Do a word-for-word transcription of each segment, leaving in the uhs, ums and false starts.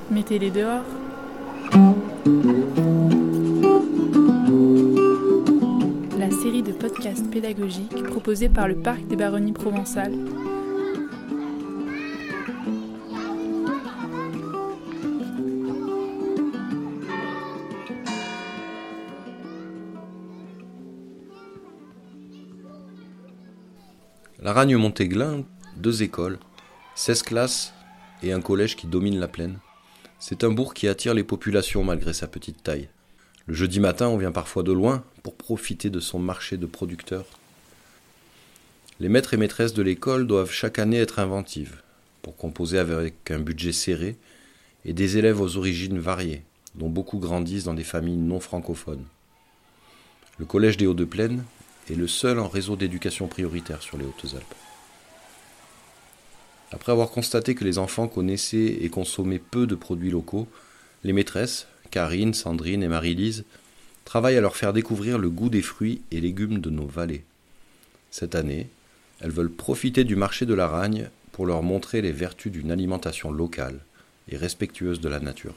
Mettez-les dehors. La série de podcasts pédagogiques proposée par le Parc des Baronnies Provençales. La Ragne-Montéglin, deux écoles, seize classes et un collège qui domine la plaine. C'est un bourg qui attire les populations malgré sa petite taille. Le jeudi matin, on vient parfois de loin pour profiter de son marché de producteurs. Les maîtres et maîtresses de l'école doivent chaque année être inventives pour composer avec un budget serré et des élèves aux origines variées, dont beaucoup grandissent dans des familles non francophones. Le collège des Hauts-de-Plaine est le seul en réseau d'éducation prioritaire sur les Hautes-Alpes. Après avoir constaté que les enfants connaissaient et consommaient peu de produits locaux, les maîtresses, Karine, Sandrine et Marie-Lise, travaillent à leur faire découvrir le goût des fruits et légumes de nos vallées. Cette année, elles veulent profiter du marché de la Ragne pour leur montrer les vertus d'une alimentation locale et respectueuse de la nature.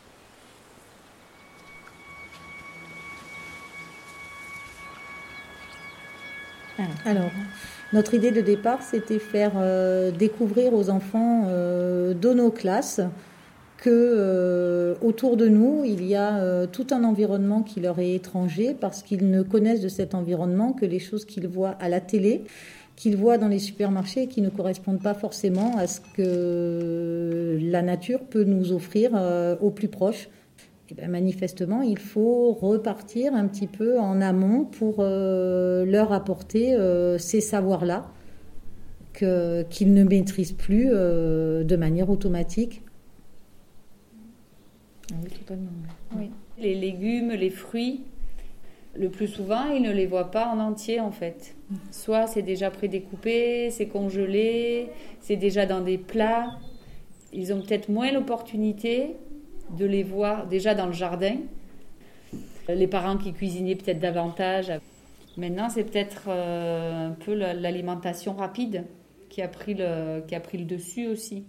Alors, notre idée de départ, c'était faire euh, découvrir aux enfants euh, de nos classes que euh, autour de nous, il y a euh, tout un environnement qui leur est étranger parce qu'ils ne connaissent de cet environnement que les choses qu'ils voient à la télé, qu'ils voient dans les supermarchés et qui ne correspondent pas forcément à ce que la nature peut nous offrir euh, au plus proche. Et bien, manifestement, il faut repartir un petit peu en amont pour euh, leur apporter euh, ces savoirs-là que, qu'ils ne maîtrisent plus euh, de manière automatique. Oui, totalement. Oui. Les légumes, les fruits, le plus souvent, ils ne les voient pas en entier, en fait. Soit c'est déjà prédécoupé, c'est congelé, c'est déjà dans des plats. Ils ont peut-être moins l'opportunité de les voir déjà dans le jardin. Les parents qui cuisinaient peut-être davantage. Maintenant, c'est peut-être euh, un peu l'alimentation rapide qui a pris le, qui a pris le dessus aussi.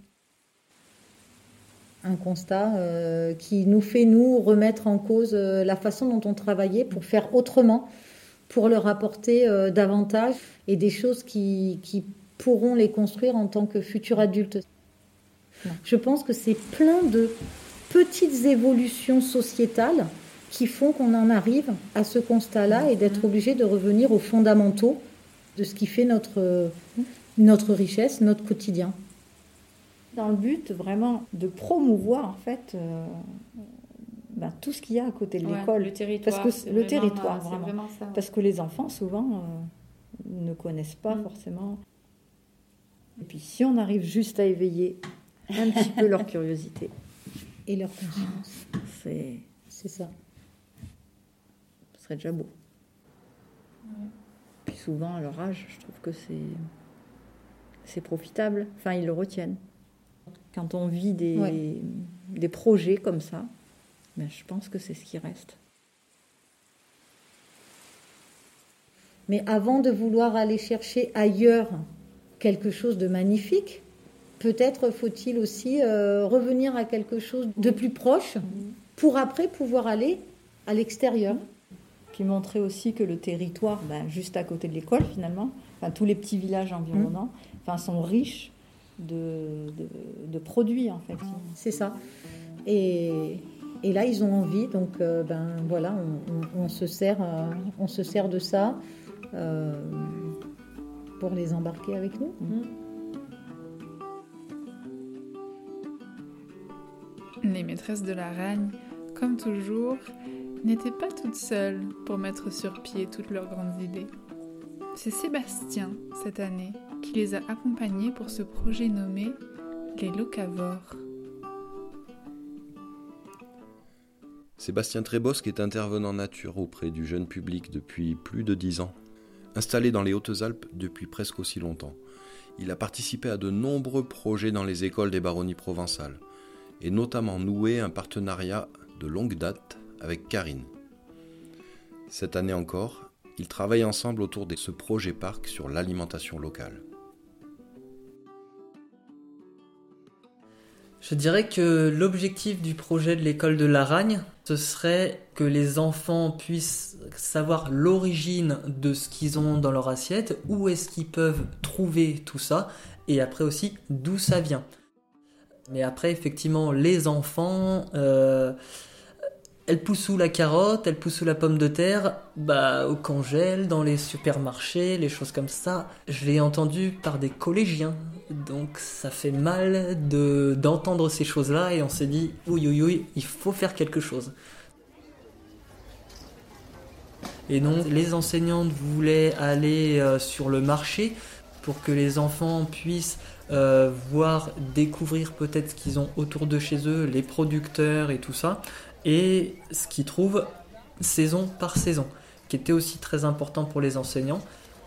Un constat euh, qui nous fait, nous, remettre en cause euh, la façon dont on travaillait pour faire autrement, pour leur apporter euh, davantage et des choses qui, qui pourront les construire en tant que futurs adultes. Non. Je pense que c'est plein de petites évolutions sociétales qui font qu'on en arrive à ce constat-là et d'être obligé de revenir aux fondamentaux de ce qui fait notre, notre richesse, notre quotidien. Dans le but vraiment de promouvoir en fait euh, ben, tout ce qu'il y a à côté de ouais, l'école. Le territoire. Parce que, le vraiment, territoire, c'est vraiment. vraiment ça. Parce que les enfants, souvent, euh, ne connaissent pas mmh. forcément. Et puis si on arrive juste à éveiller un petit peu leur curiosité. Et leur conscience. C'est, c'est ça. Ce serait déjà beau. Ouais. Puis souvent, à leur âge, je trouve que c'est, c'est profitable. Enfin, ils le retiennent. Quand on vit des, ouais. des projets comme ça, ben, je pense que c'est ce qui reste. Mais avant de vouloir aller chercher ailleurs quelque chose de magnifique, peut-être faut-il aussi euh, revenir à quelque chose de plus proche pour après pouvoir aller à l'extérieur. Puis montrer aussi que le territoire, ben, juste à côté de l'école finalement, enfin, tous les petits villages environnants, mmh. enfin, sont riches de, de, de produits en fait. C'est ça. Et, et là, ils ont envie, donc euh, ben, voilà, on, on, on, se sert, euh, on se sert de ça euh, pour les embarquer avec nous. Mmh. Les maîtresses de la Ragne, comme toujours, n'étaient pas toutes seules pour mettre sur pied toutes leurs grandes idées. C'est Sébastien, cette année, qui les a accompagnées pour ce projet nommé les Locavores. Sébastien Trébosque est intervenant nature auprès du jeune public depuis plus de dix ans. Installé dans les Hautes-Alpes depuis presque aussi longtemps, il a participé à de nombreux projets dans les écoles des Baronnies Provençales, et notamment noué un partenariat de longue date avec Karine. Cette année encore, ils travaillent ensemble autour de ce projet parc sur l'alimentation locale. Je dirais que l'objectif du projet de l'école de Laragne, ce serait que les enfants puissent savoir l'origine de ce qu'ils ont dans leur assiette, où est-ce qu'ils peuvent trouver tout ça, et après aussi d'où ça vient. Mais après, effectivement, les enfants, euh, elles poussent sous la carotte, elles poussent sous la pomme de terre, bah, au congèle, dans les supermarchés, les choses comme ça. Je l'ai entendu par des collégiens, donc ça fait mal de, d'entendre ces choses-là, et on s'est dit, ouïe, ouïe, ouïe, il faut faire quelque chose. Et donc, les enseignantes voulaient aller euh, sur le marché pour que les enfants puissent euh, voir, découvrir peut-être ce qu'ils ont autour de chez eux, les producteurs et tout ça, et ce qu'ils trouvent saison par saison, qui était aussi très important pour les enseignants.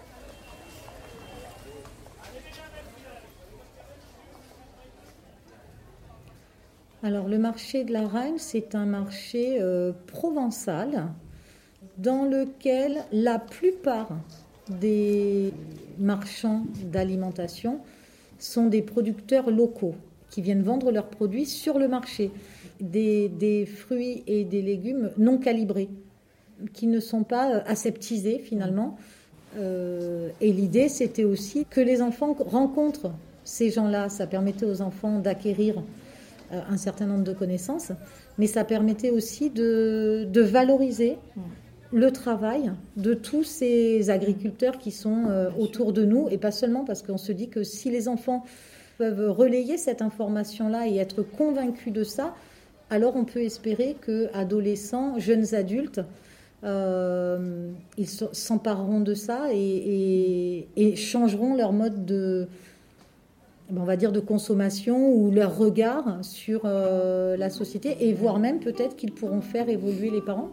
Alors le marché de Laragne, c'est un marché euh, provençal dans lequel la plupart des marchands d'alimentation sont des producteurs locaux qui viennent vendre leurs produits sur le marché. Des, des fruits et des légumes non calibrés, qui ne sont pas aseptisés finalement. Euh, et l'idée, c'était aussi que les enfants rencontrent ces gens-là. Ça permettait aux enfants d'acquérir euh, un certain nombre de connaissances, mais ça permettait aussi de, de valoriser le travail de tous ces agriculteurs qui sont euh, autour de nous, et pas seulement, parce qu'on se dit que si les enfants peuvent relayer cette information-là et être convaincus de ça, alors on peut espérer qu'adolescents, jeunes adultes, euh, ils s'empareront de ça et, et, et changeront leur mode de, on va dire, de consommation ou leur regard sur euh, la société, et voire même peut-être qu'ils pourront faire évoluer les parents.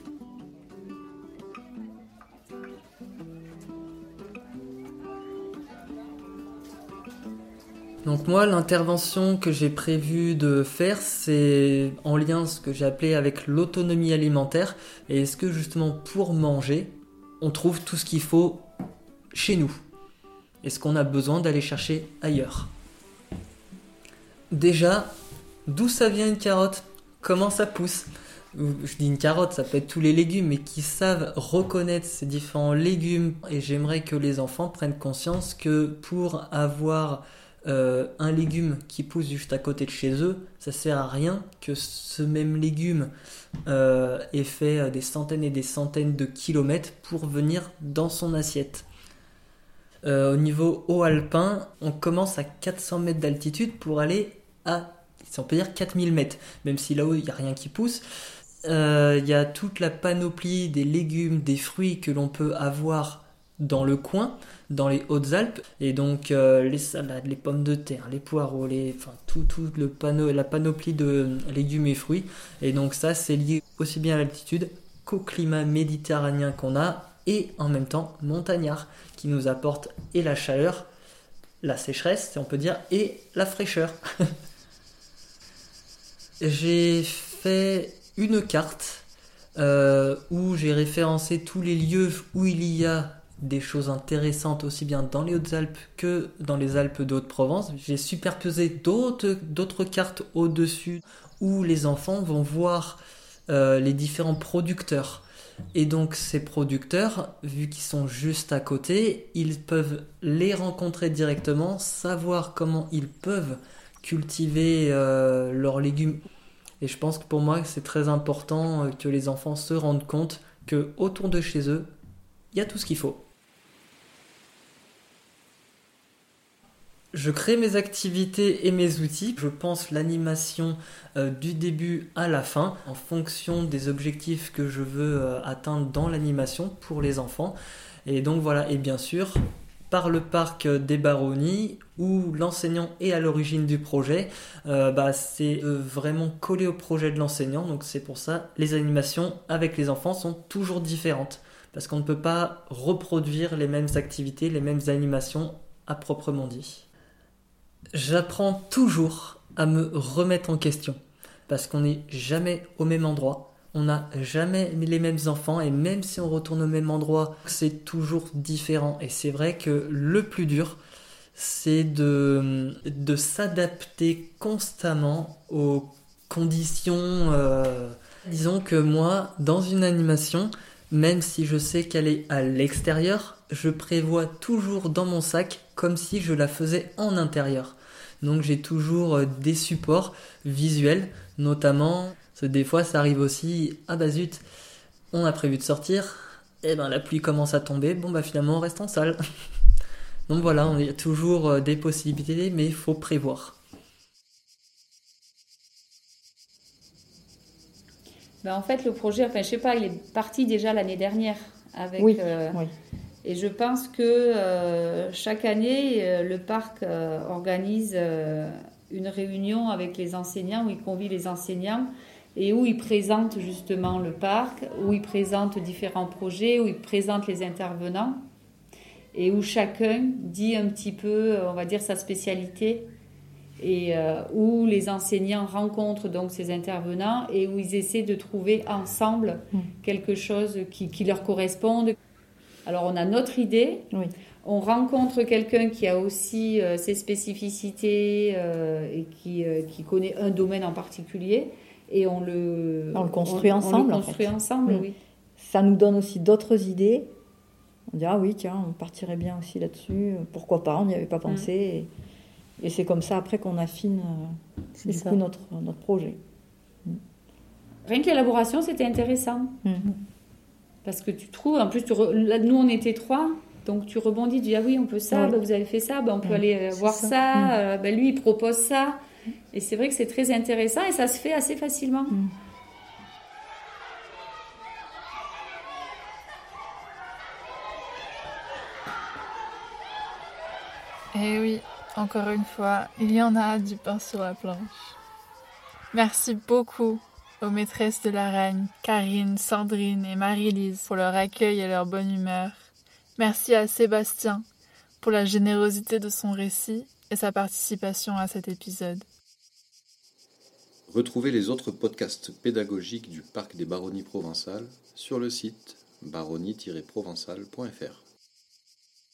Donc moi, l'intervention que j'ai prévu de faire, c'est en lien ce que j'ai appelé avec l'autonomie alimentaire. Et est-ce que justement pour manger, on trouve tout ce qu'il faut chez nous? Est-ce qu'on a besoin d'aller chercher ailleurs? Déjà, d'où ça vient une carotte? Comment ça pousse? Je dis une carotte, ça peut être tous les légumes, mais qui savent reconnaître ces différents légumes. Et j'aimerais que les enfants prennent conscience que pour avoir Euh, un légume qui pousse juste à côté de chez eux, ça sert à rien que ce même légume euh, ait fait des centaines et des centaines de kilomètres pour venir dans son assiette. Euh, au niveau haut alpin, on commence à quatre cents mètres d'altitude pour aller à, si on peut dire, quatre mille mètres, même si là-haut il n'y a rien qui pousse. Il euh, y a toute la panoplie des légumes, des fruits que l'on peut avoir dans le coin, dans les Hautes-Alpes, et donc euh, les salades, les pommes de terre, les poireaux, les, enfin tout, tout le pano, la panoplie de légumes et fruits. Et donc ça, c'est lié aussi bien à l'altitude qu'au climat méditerranéen qu'on a, et en même temps montagnard, qui nous apporte et la chaleur, la sécheresse, si on peut dire, et la fraîcheur. J'ai fait une carte euh, où j'ai référencé tous les lieux où il y a des choses intéressantes aussi bien dans les Hautes-Alpes que dans les Alpes de Haute-Provence. J'ai superposé d'autres, d'autres cartes au-dessus où les enfants vont voir euh, les différents producteurs. Et donc ces producteurs, vu qu'ils sont juste à côté, ils peuvent les rencontrer directement, savoir comment ils peuvent cultiver euh, leurs légumes. Et je pense que pour moi, c'est très important que les enfants se rendent compte qu'autour de chez eux, il y a tout ce qu'il faut. Je crée mes activités et mes outils. Je pense l'animation euh, du début à la fin en fonction des objectifs que je veux euh, atteindre dans l'animation pour les enfants. Et donc voilà, et bien sûr, par le parc des Baronnies où l'enseignant est à l'origine du projet, euh, bah, c'est euh, vraiment collé au projet de l'enseignant. Donc c'est pour ça les animations avec les enfants sont toujours différentes. Parce qu'on ne peut pas reproduire les mêmes activités, les mêmes animations à proprement dit. J'apprends toujours à me remettre en question, parce qu'on n'est jamais au même endroit, on n'a jamais les mêmes enfants, et même si on retourne au même endroit, c'est toujours différent. Et c'est vrai que le plus dur, c'est de, de s'adapter constamment aux conditions. Euh, disons que moi, dans une animation, même si je sais qu'elle est à l'extérieur, je prévois toujours dans mon sac comme si je la faisais en intérieur. Donc j'ai toujours des supports visuels, notamment, parce que des fois ça arrive aussi, ah bah zut, on a prévu de sortir, et ben la pluie commence à tomber, bon bah finalement on reste en salle. Donc voilà, il y a toujours des possibilités, mais il faut prévoir. Ben en fait, le projet, enfin je sais pas, il est parti déjà l'année dernière avec. Oui, euh, oui. Et je pense que euh, chaque année, euh, le parc euh, organise euh, une réunion avec les enseignants, où il convie les enseignants et où il présente justement le parc, où il présente différents projets, où il présente les intervenants et où chacun dit un petit peu, on va dire, sa spécialité et euh, où les enseignants rencontrent donc ces intervenants et où ils essaient de trouver ensemble mmh. quelque chose qui, qui leur corresponde. Alors, on a notre idée, oui. On rencontre quelqu'un qui a aussi euh, ses spécificités euh, et qui, euh, qui connaît un domaine en particulier et on le, on le construit on, ensemble. On le construit en fait. ensemble, mmh. oui. Ça nous donne aussi d'autres idées. On dit, ah oui, tiens, on partirait bien aussi là-dessus. Pourquoi pas, on n'y avait pas pensé. Mmh. Et, et c'est comme ça, après, qu'on affine euh, du ça. coup notre, notre projet. Mmh. Rien que l'élaboration, c'était intéressant. Mmh. Parce que tu trouves, en plus, tu re... là, nous on était trois, donc tu rebondis, tu dis ah oui, on peut ça, oui. bah, vous avez fait ça, bah, on peut oui. aller voir ça, ça. Mmh. Euh, bah, lui il propose ça. Et c'est vrai que c'est très intéressant et ça se fait assez facilement. Mmh. Et oui, encore une fois, il y en a du pain sur la planche. Merci beaucoup aux maîtresses de la reine, Karine, Sandrine et Marie-Lise, pour leur accueil et leur bonne humeur. Merci à Sébastien pour la générosité de son récit et sa participation à cet épisode. Retrouvez les autres podcasts pédagogiques du Parc des Baronnies Provençales sur le site baronnie tiret provençale point f r.